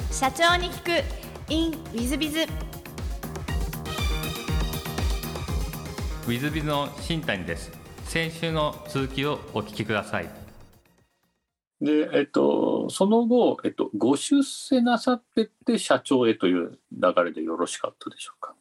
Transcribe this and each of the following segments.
社長に聞く in ウィズビズ。 ウィズビズの新谷です。先週の続きをお聞きください。 で、その後、ご出世なさってって社長へという流れでよろしかったでしょうか。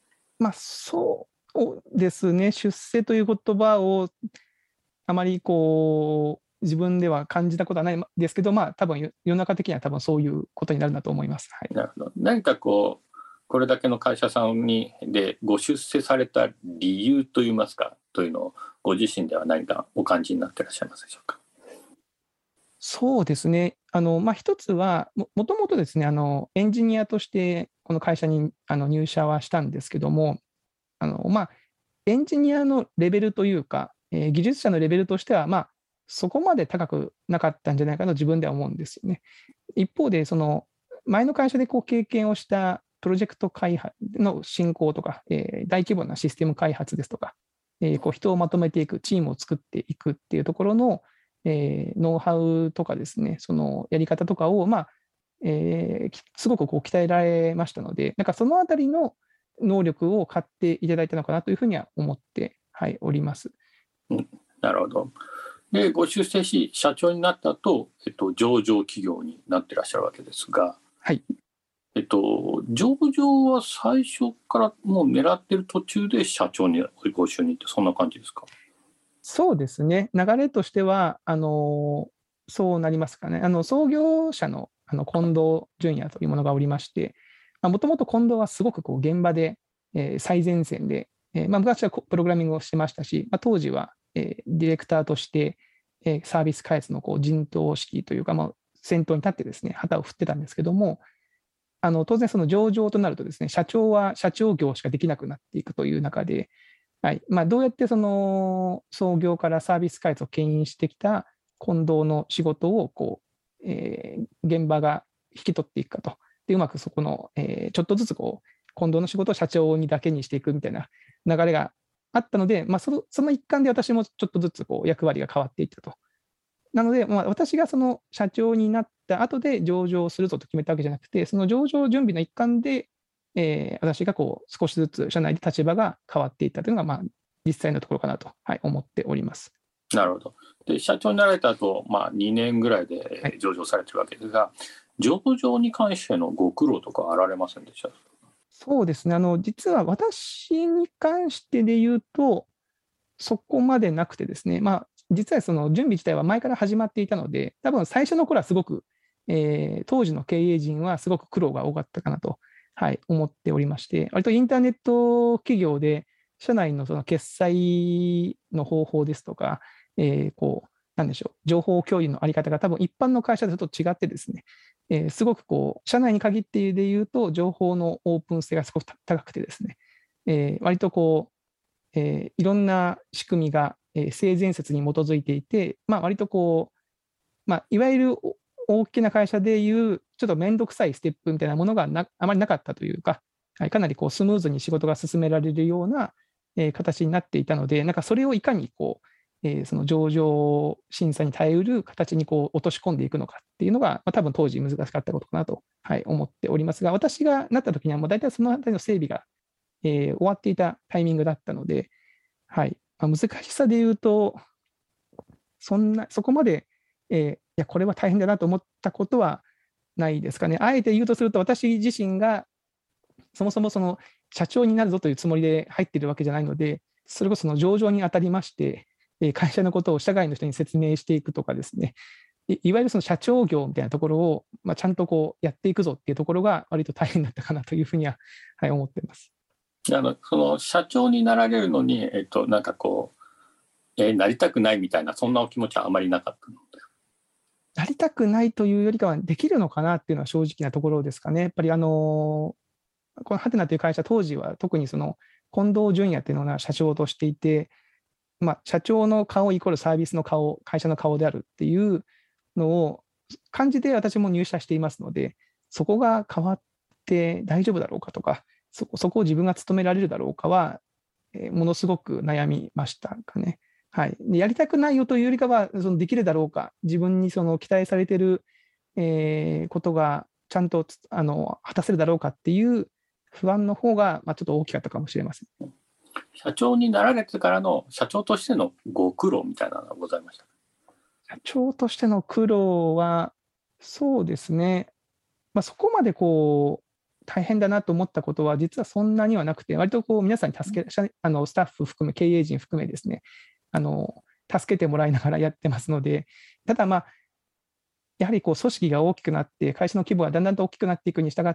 そうですね、出世という言葉をあまり自分では感じたことはないですけど、多分世の中的には多分そういうことになるんだと思います。はい、 なるほど。何かこれだけの会社さんでご出世された理由といいますか、というのをご自身では何かお感じになっていらっしゃいますでしょうか。 そうですね、一つはもともとですね、エンジニアとしてこの会社に入社はしたんですけども、エンジニアのレベルというか、技術者のレベルとしては、そこまで高くなかったんじゃないかと自分では思うんですよね。一方で、その前の会社で経験をしたプロジェクト開発の進行とか、大規模なシステム開発ですとか、人をまとめていく、チームを作っていくっていうところの、ノウハウとかですね、そのやり方とかを、すごく鍛えられましたので、なんかそのあたりの能力を買っていただいたのかなというふうには思って、おります。 なるほど。で、ご出世し社長になった後、上場企業になってらっしゃるわけですが、 はい。 上場は最初からもう狙ってる途中で社長にご就任ってそんな感じですか。 そうですね、流れとしては、そうなりますかね。創業者の近藤淳也というものがおりまして、もともと近藤はすごく現場で、最前線で、昔はプログラミングをしてましたし、当時は、ディレクターとして、サービス開発の陣頭指揮というか、先頭に立ってですね、旗を振ってたんですけども、当然その上場となるとですね、社長は社長業しかできなくなっていくという中で、どうやってその創業からサービス開発を牽引してきた近藤の仕事を現場が引き取っていくかと。で、うまくそこの、ちょっとずつ近藤の仕事を社長にだけにしていくみたいな流れがあったので、その一環で私もちょっとずつ役割が変わっていったと。なので、私がその社長になった後で上場するぞと決めたわけじゃなくて、その上場準備の一環で、私が少しずつ社内で立場が変わっていったというのが、実際のところかなと、思っております。 なるほど。で、社長になられた後、2年ぐらいで上場されてるわけですが、上場に関してのご苦労とかあられませんでした？ そうですね、実は私に関してで言うと、そこまでなくてですね、実はその準備自体は前から始まっていたので、多分最初の頃はすごく、当時の経営陣はすごく苦労が多かったかなと、思っておりまして、割とインターネット企業で、社内のその決済の方法ですとか、なんでしょう、情報共有のあり方が多分一般の会社とちょっと違ってですね、すごく社内に限ってで言うと、情報のオープン性がすごく高くてですね、割といろんな仕組みが、性善説に基づいていて、割といわゆる大きな会社でいうちょっと面倒くさいステップみたいなものがあまりなかったというか、かなりスムーズに仕事が進められるような、形になっていたので、なんかそれをいかにその上場審査に耐えうる形に落とし込んでいくのかっていうのが、多分当時難しかったことかなと、思っておりますが、私がなった時にはもう大体そのあたりの整備が、終わっていたタイミングだったので、難しさで言うと、そこまで、いや、これは大変だなと思ったことはないですかね。あえて言うとすると、私自身がそもそもその社長になるぞというつもりで入っているわけじゃないので、それこそその上場にあたりまして、会社のことを社外の人に説明していくとかですね、いわゆるその社長業みたいなところを、ちゃんとやっていくぞっていうところが、割と大変だったかなというふうには、思っています。 その社長になられるのに、なんかなりたくないみたいな、そんなお気持ちはあまりなかったので。 なりたくないというよりかは、できるのかなっていうのは正直なところですかね。やっぱりこのハテナという会社、当時は特にその近藤淳也というのが社長としていて、社長の顔イコールサービスの顔、会社の顔であるっていうのを感じて私も入社していますので、そこが変わって大丈夫だろうかとか、そこを自分が務められるだろうかは、ものすごく悩みましたかね。でやりたくないよというよりかは、そのできるだろうか、自分にその期待されている、ことがちゃんと果たせるだろうかっていう不安の方が、ちょっと大きかったかもしれません。 社長になられてからの社長としてのご苦労みたいなのがございました？ 社長としての苦労は、そうですね、そこまで大変だなと思ったことは、実はそんなにはなくて、割と皆さんにスタッフ含め、経営陣含めですね、助けてもらいながらやってますので、ただ、やはり組織が大きくなって、会社の規模がだんだんと大きくなっていくに従って、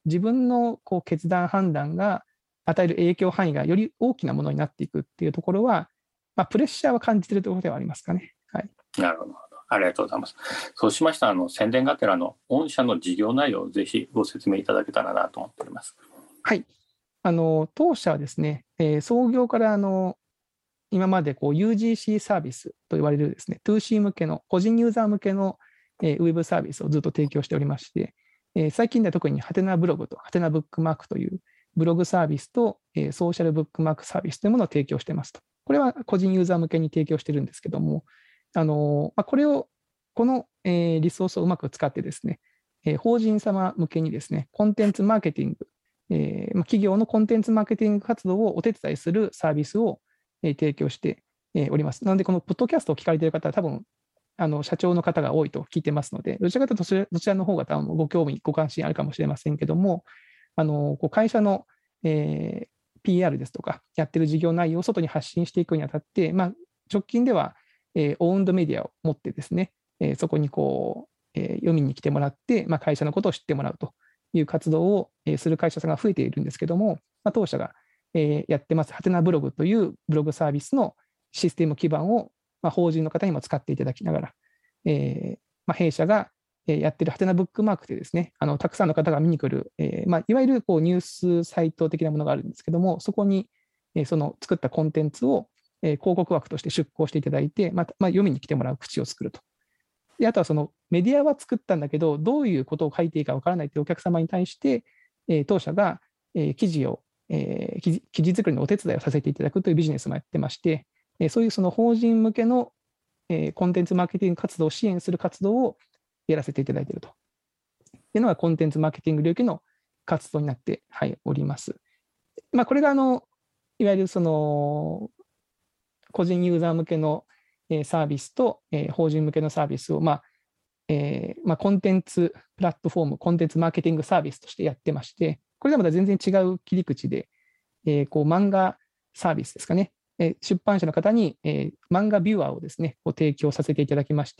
自分の決断、判断が与える影響範囲がより大きなものになっていくっていうところは、プレッシャーは感じているところではありますかね。はい、 なるほど。ありがとうございます。そうしましたら、宣伝がてらの御社の事業内容をぜひご説明いただけたらなと思っております。 はい。当社はですね、創業から今までUGC サービスと言われるですね、2C 向けの、個人ユーザー向けのウェブサービスをずっと提供しておりまして、最近では特にハテナブログとハテナブックマークというブログサービスとソーシャルブックマークサービスというものを提供していますと。これは個人ユーザー向けに提供しているんですけども、このリソースをうまく使ってですね、法人様向けにですね、コンテンツマーケティング、企業のコンテンツマーケティング活動をお手伝いするサービスを提供しております。なので、このポッドキャストを聞かれている方は多分、社長の方が多いと聞いてますので、どちらかというとどちらの方が多分ご興味、ご関心あるかもしれませんけども、会社の、PR ですとか、やってる事業内容を外に発信していくにあたって、直近では、オウンドメディアを持ってですね、そこに読みに来てもらって、会社のことを知ってもらうという活動をする会社さんが増えているんですけども、当社がやってます、ハテナブログというブログサービスのシステム基盤を法人の方にも使っていただきながら、弊社がやっているハテナブックマークでですね、たくさんの方が見に来る、いわゆるニュースサイト的なものがあるんですけども、そこにその作ったコンテンツを広告枠として出稿していただいて、読みに来てもらう口を作ると。であとはそのメディアは作ったんだけど、どういうことを書いていいかわからないというお客様に対して、当社が記事作りのお手伝いをさせていただくというビジネスもやってまして、そういうその法人向けのコンテンツマーケティング活動を支援する活動をやらせていただいているというのがコンテンツマーケティング領域の活動になって、おります。これがいわゆるその個人ユーザー向けのサービスと法人向けのサービスを、コンテンツプラットフォーム、コンテンツマーケティングサービスとしてやってまして、これでまた全然違う切り口で、漫画サービスですかね、出版社の方に漫画ビューアーをですね、提供させていただきまして、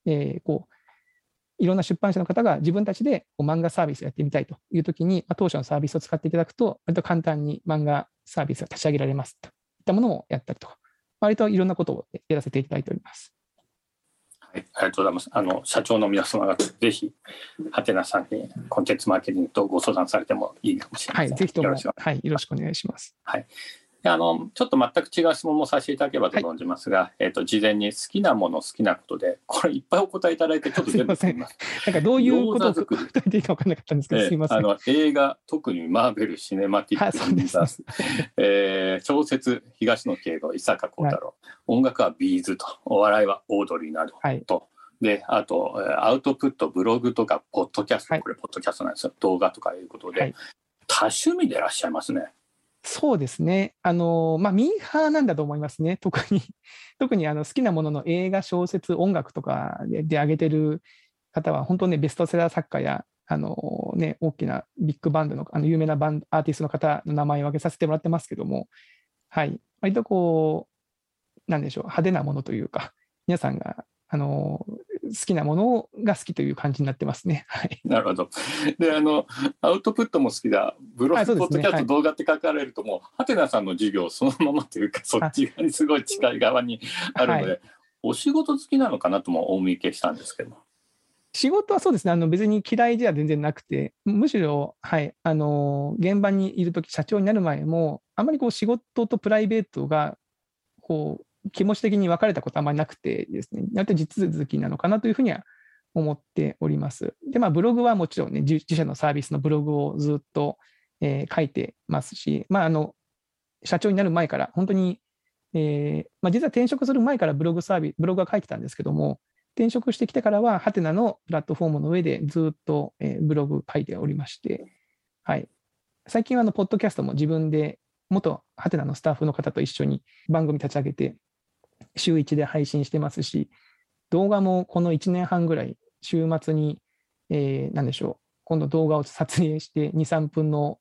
いろんな出版社の方が自分たちで漫画サービスをやってみたいというときに、当社のサービスを使っていただくと、割と簡単に漫画サービスが立ち上げられますといったものもやったりとか、割といろんなことをやらせていただいております。 はい、ありがとうございます。社長の皆様がぜひ、ハテナさんにコンテンツマーケティングとご相談されてもいいかもしれません。 ぜひともよろしくお願いします。 ちょっと全く違う質問もさせていただければと存じますが、事前に好きなもの、好きなことで、これいっぱいお答えいただいて、ちょっと全部すみません。 なんかどういうことを答えていいか分からなかったんですけど、すみません。 映画、特にマーベル・シネマティック・ユニバース、小説、東野圭吾、伊坂幸太郎、音楽はビーズと、お笑いはオードリーなどと、であと、アウトプット、ブログとか、ポッドキャスト、これ、ポッドキャストなんですよ、動画とかいうことで、多趣味でいらっしゃいますね。 そうですね。ミーハーなんだと思いますね。特に好きなものの映画、小説、音楽とかで挙げてる方は、本当にベストセラー作家や、大きなビッグバンドの、有名なアーティストの方の名前を挙げさせてもらってますけども、割となんでしょう、派手なものというか、皆さんが、好きなものが好きという感じになってますね。 なるほど。で、アウトプットも好きだ、ブログ、ポッドキャスト、動画って書かれると、もう、ハテナさんの授業そのままというか、そっち側にすごい近い側にあるので、お仕事好きなのかなともお見受けしたんですけど。 仕事はそうですね、別に嫌いじゃ全然なくて、むしろ、現場にいるとき、社長になる前も、あまり仕事とプライベートが、気持ち的に分かれたことはあまりなくてですね、やっぱり地続きなのかなというふうには思っております。で、ブログはもちろんね、自社のサービスのブログをずっと、書いてますし、社長になる前から、本当に、実は転職する前からブログは書いてたんですけども、 転職してきてからは、ハテナのプラットフォームの上でずっとブログ書いておりまして、はい、最近はポッドキャストも自分で元ハテナのスタッフの方と一緒に番組立ち上げて、週1で配信してますし、動画もこの1年半ぐらい、週末に、何でしょう、今度動画を撮影して2、3分の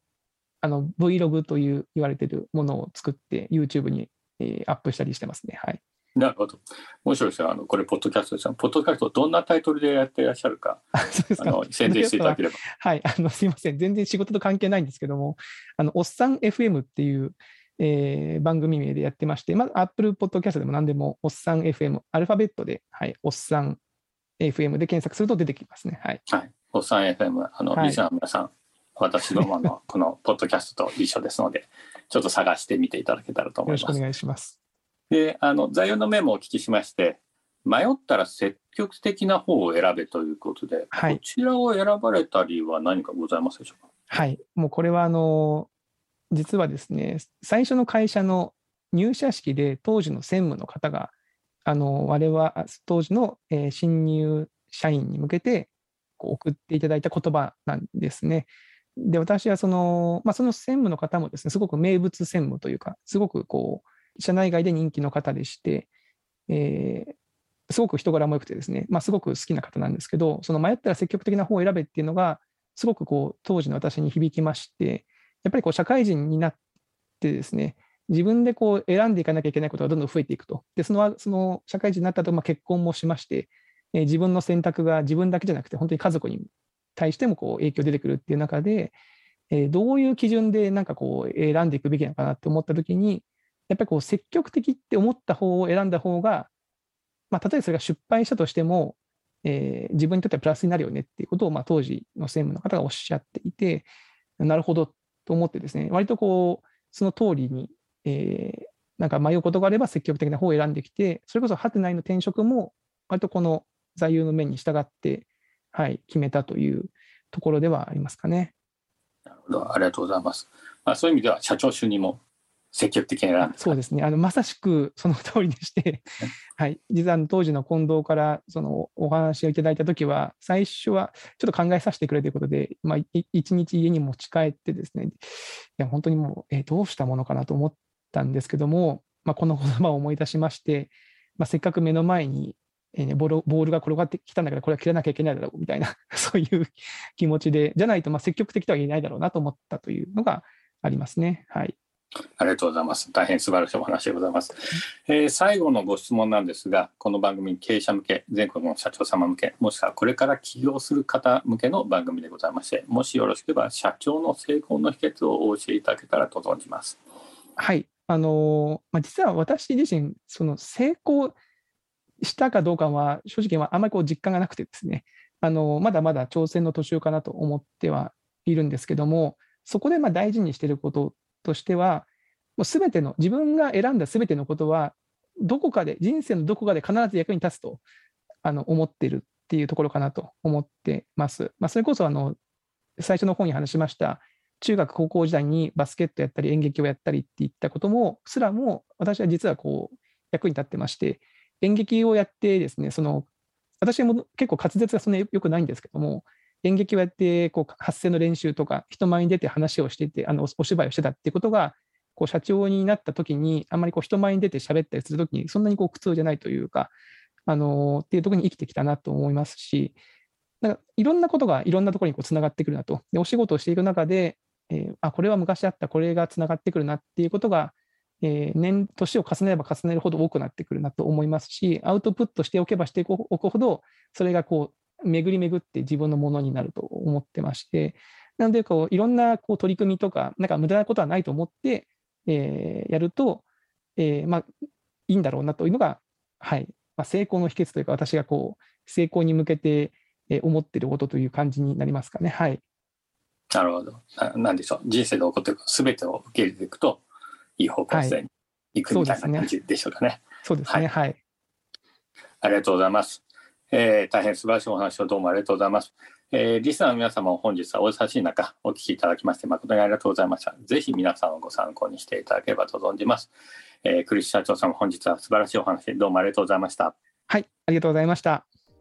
Vlog と言われているものを作って YouTube に、アップしたりしてますね。はい。 なるほど。面白いですよ。これ、ポッドキャストです。ポッドキャスト、どんなタイトルでやっていらっしゃるか、 そうですか。 宣伝していただければ。 はい、すいません。全然仕事と関係ないんですけども、おっさん FM っていう、番組名でやってまして、まあ、Apple Podcast でも何でも、おっさん FM、アルファベットで、はい、おっさん FM で検索すると出てきますね。はい。 はい。おっさん FM、 はい、 リスナーの皆さん、私どものこのポッドキャストと一緒ですので、ちょっと探してみていただけたらと思います。 よろしくお願いします。 で、座右の銘もお聞きしまして、迷ったら積極的な方を選べということで、はい、こちらを選ばれた理由は何かございますでしょうか。 はい、もうこれは実はですね、最初の会社の入社式で当時の専務の方が、我々当時の新入社員に向けて送っていただいた言葉なんですね。で、私はその専務の方もですね、すごく名物専務というか、すごく社内外で人気の方でして、すごく人柄も良くてですね、すごく好きな方なんですけど、その迷ったら積極的な方を選べっていうのが、すごく当時の私に響きまして、やっぱり社会人になってですね、自分で選んでいかなきゃいけないことがどんどん増えていくと。で、その社会人になった後、結婚もしまして、自分の選択が自分だけじゃなくて、本当に家族に対しても影響出てくるっていう中で、どういう基準で選んでいくべきなのかなって思ったときに、やっぱり積極的って思った方を選んだ方が、たとえそれが失敗したとしても、自分にとってはプラスになるよねっていうことを、当時の専務の方がおっしゃっていて、なるほどと思ってですね、割とその通りに、なんか迷うことがあれば積極的な方を選んできて、それこそハテナへの転職も、割とこの座右の銘に従って、はい、決めたというところではありますかね。 なるほど、ありがとうございます。そういう意味では社長就任も積極的に選んで。 そうですね。まさしくその通りでして、はい、実は当時の近藤からそのお話をいただいたときは、最初はちょっと考えさせてくれということで、一日家に持ち帰ってですね、いや本当にもう、どうしたものかなと思ったんですけども、この言葉を思い出しまして、せっかく目の前にボールが転がってきたんだから、これは切らなきゃいけないだろうみたいな、そういう気持ちで、じゃないと積極的とは言えないだろうなと思ったというのがありますね。はい。 ありがとうございます。大変素晴らしいお話でございます。最後のご質問なんですが、この番組、経営者向け、全国の社長様向け、もしくはこれから起業する方向けの番組でございまして、もしよろしければ社長の成功の秘訣をお教えいただけたらと存じます。 はい。実は私自身、その成功したかどうかは、正直あまり実感がなくてですね、まだまだ挑戦の途中かなと思ってはいるんですけども、そこで大事にしていることとしては、もうすべての、自分が選んだすべてのことは、どこかで、人生のどこかで必ず役に立つと思っているっていうところかなと思ってます。それこそ最初の方に話しました、中学、高校時代にバスケットやったり演劇をやったりっていったことも、私は実は役に立ってまして、演劇をやってですね、私も結構滑舌がそんなに良くないんですけども、演劇をやって発声の練習とか、人前に出て話をしていて、お芝居をしてたっていうことが、社長になった時に、あんまり人前に出て喋ったりするときに、そんなに苦痛じゃないというか、っていうところに生きてきたなと思いますし、いろんなことがいろんなところにつながってくるなと。で、お仕事をしていく中で、これは昔あった、これがつながってくるなっていうことが、年を重ねれば重ねるほど多くなってくるなと思いますし、アウトプットしておけばしておくほど、それが巡り巡って自分のものになると思ってまして、なのでいろんな取り組みとか、無駄なことはないと思って、やると、いいんだろうなというのが、はい、成功の秘訣というか、私が成功に向けて思っていることという感じになりますかね。はい。 なるほど。なんでしょう。人生で起こっているすべてを受け入れていくと、いい方向性に行くみたいな感じでしょうかね。 そうですね。はい。 ありがとうございます。大変素晴らしいお話をどうもありがとうございます。リスナーの皆様も本日はお忙しい中お聞きいただきまして誠にありがとうございました。ぜひ皆さんをご参考にしていただければと存じます。クリス社長様、本日は素晴らしいお話どうもありがとうございました。 はい、ありがとうございました。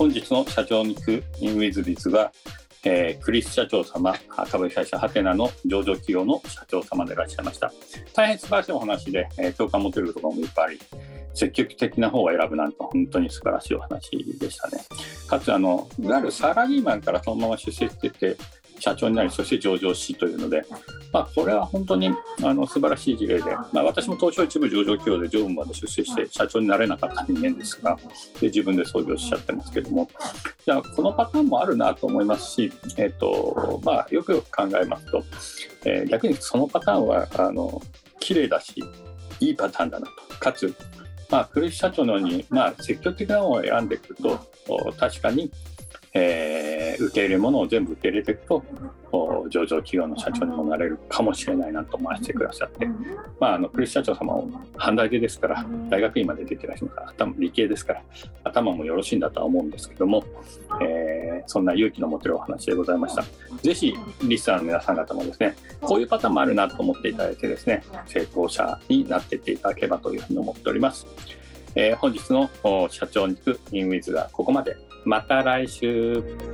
本日の社長に行く in with biz は、クリス社長様、株式会社ハテナの上場企業の社長様でいらっしゃいました。大変素晴らしいお話で、共感持てるところもいっぱいあり、積極的な方を選ぶなんて本当に素晴らしいお話でしたね。かついわゆるサラリーマンからそのまま出世してて社長になり、そして上場しというので、これは本当に素晴らしい事例で、私も東証一部上場企業で常務まで出世して社長になれなかった人間ですが、で自分で創業しちゃってますけども、じゃあこのパターンもあるなと思いますし、よくよく考えますと、逆にそのパターンは綺麗だしいいパターンだなと。かつクリス社長のように、積極的なものを選んでくると確かに受け入れるものを全部受け入れていくと上場企業の社長にもなれるかもしれないなと思わせてくださって、クリス社長様も半大手ですから、大学院まで出ていらっしゃいますから、理系ですから頭もよろしいんだとは思うんですけども、そんな勇気の持てるお話でございました。ぜひリスナーの皆さん方もですね、こういうパターンもあるなと思っていただいてですね、成功者になっていっていただければというふうに思っております。本日の社長に行く in with がここまで。また来週。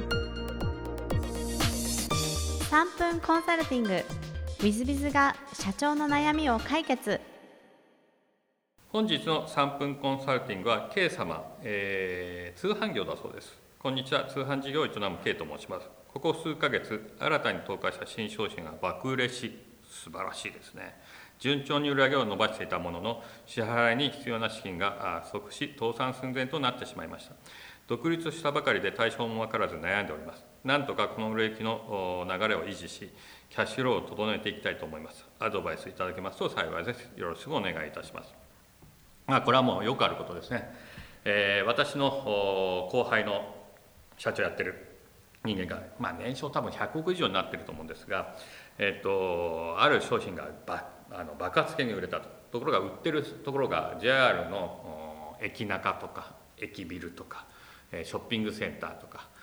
3分コンサルティング WithBiz が社長の悩みを解決。 本日の3分コンサルティングは K 様、通販業だそうです。こんにちは、通販事業を営む K と申します。ここ数ヶ月新たに投下した新商品が爆売れし、素晴らしいですね。順調に売り上げを伸ばしていたものの、支払いに必要な資金が不足し、倒産寸前となってしまいました。独立したばかりで対象も分からず悩んでおります。なんとかこの売れ行きの流れを維持し、キャッシュフローを整えていきたいと思います。アドバイスいただけますと幸いです。よろしくお願いいたします。これはもうよくあることですね。私の後輩の社長やってる人間が、年商多分100億以上になってると思うんですが、ある商品が爆発的に売れたと。ところが売ってるところが JR の駅中とか駅ビルとかショッピングセンターとか、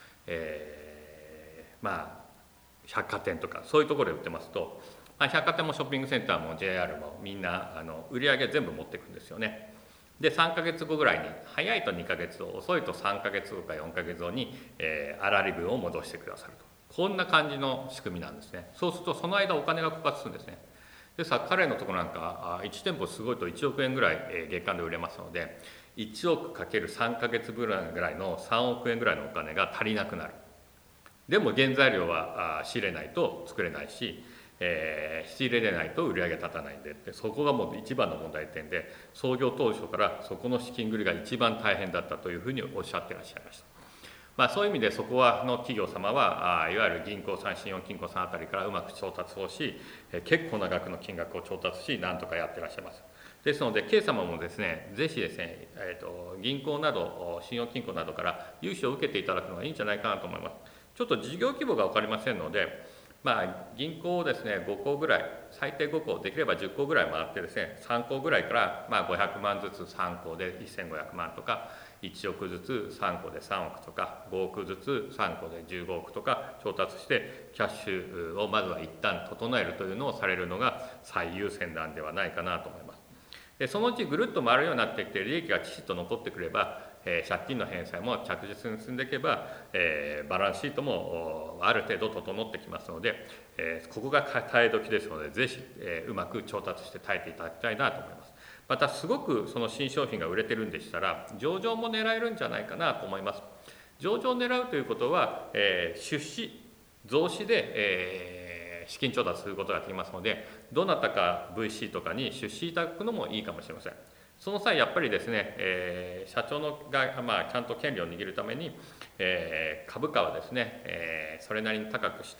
百貨店とかそういうところで売ってますと、百貨店もショッピングセンターも JR もみんな売り上げ全部持っていくんですよね。で3ヶ月後ぐらいに、早いと2ヶ月後、遅いと3ヶ月後か4ヶ月後に、粗利分を戻してくださると。こんな感じの仕組みなんですね。そうするとその間お金が枯渇するんですね。で彼のところなんか1店舗すごいと1億円ぐらい月間で売れますので、1億かける3ヶ月分ぐらいの3億円ぐらいのお金が足りなくなる。でも原材料は仕入れないと作れないし、仕入れれないと売り上げ立たないんで、そこがもう一番の問題点で、創業当初からそこの資金繰りが一番大変だったというふうにおっしゃっていらっしゃいました。そういう意味でそこの企業様はいわゆる銀行さん、信用金庫さんあたりからうまく調達をし、結構な額の金額を調達し、なんとかやってらっしゃいます。ですので K 様もですね、ぜひですね、銀行など信用金庫などから融資を受けていただくのがいいんじゃないかなと思います。ちょっと事業規模が分かりませんので、銀行をですね5個ぐらい、最低5個できれば10個ぐらい回ってですね、3個ぐらいから500万ずつ3個で1500万とか、1億ずつ3個で3億とか、5億ずつ3個で15億とか調達してキャッシュをまずは一旦整えるというのをされるのが最優先なんではないかなと思います。でそのうちぐるっと回るようになってきて利益がきちっと残ってくれば、借金の返済も着実に進んでいけば、バランスシートもある程度整ってきますので、ここが耐え時ですので、ぜひ、うまく調達して耐えていただきたいなと思います。またすごくその新商品が売れてるんでしたら上場も狙えるんじゃないかなと思います。上場を狙うということは、出資増資で、資金調達することができますので、どなたか VC とかに出資いただくのもいいかもしれません。その際やっぱりですね、社長が、ちゃんと権利を握るために、株価はですね、それなりに高くして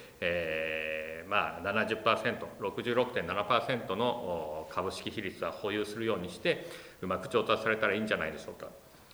、70%、66.7% の株式比率は保有するようにしてうまく調達されたらいいんじゃないでしょうか。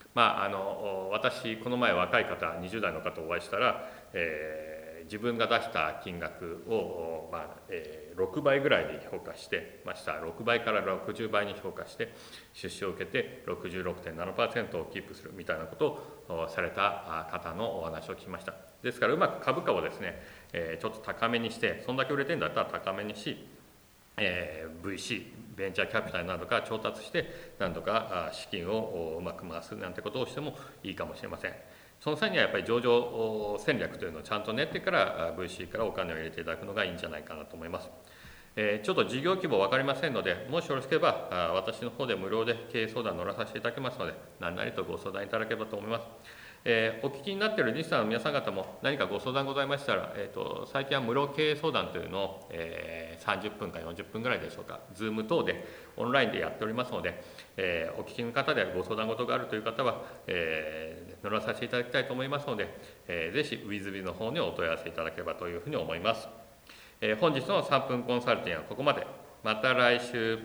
私この前若い方20代の方をお会いしたら、自分が出した金額を、6倍ぐらいで評価してました。6倍から60倍に評価して出資を受けて 66.7% をキープするみたいなことをされた方のお話を聞きました。ですからうまく株価をですね、ちょっと高めにして、そんだけ売れてるんだったら高めにし、VC ベンチャーキャピタルなどから調達して何とか資金をうまく回すなんてことをしてもいいかもしれません。 その際にはやっぱり上場戦略というのをちゃんと練ってから VC からお金を入れていただくのがいいんじゃないかなと思います。ちょっと事業規模分かりませんので、もしよろしければ私の方で無料で経営相談乗らさせていただきますので、何なりとご相談いただければと思います。お聞きになっているリスナーの皆さん方も何かご相談ございましたら、最近は無料経営相談というのを、30分か40分ぐらいでしょうか、Zoom 等でオンラインでやっておりますので、お聞きの方でご相談事があるという方は、乗らさせていただきたいと思いますので、ぜひ WithBiz の方にお問い合わせいただければというふうに思います。本日の3分コンサルティングはここまで。また来週。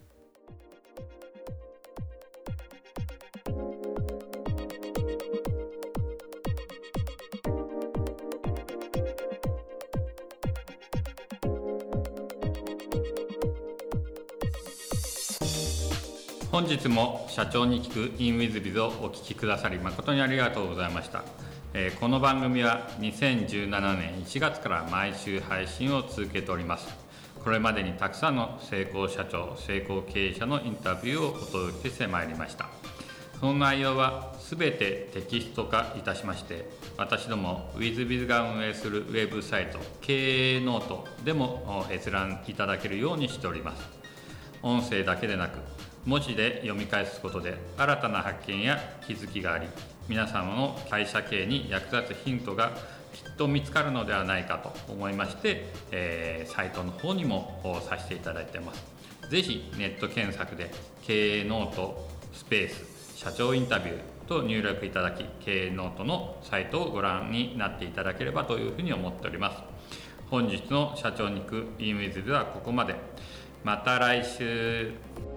本日も社長に聞く InWithBiz をお聞きくださり誠にありがとうございました。この番組は2017年1月から毎週配信を続けております。これまでにたくさんの成功社長、成功経営者のインタビューをお届けしてまいりました。その内容はすべてテキスト化いたしまして、私ども WithBiz が運営するウェブサイト経営ノートでも閲覧いただけるようにしております。音声だけでなく文字で読み返すことで新たな発見や気づきがあり、皆様の会社経営に役立つヒントがきっと見つかるのではないかと思いまして、サイトの方にもさせていただいています。ぜひネット検索で経営ノートスペース社長インタビューと入力いただき、経営ノートのサイトをご覧になっていただければというふうに思っております。本日の社長に行く InWithBiz はここまで。また来週。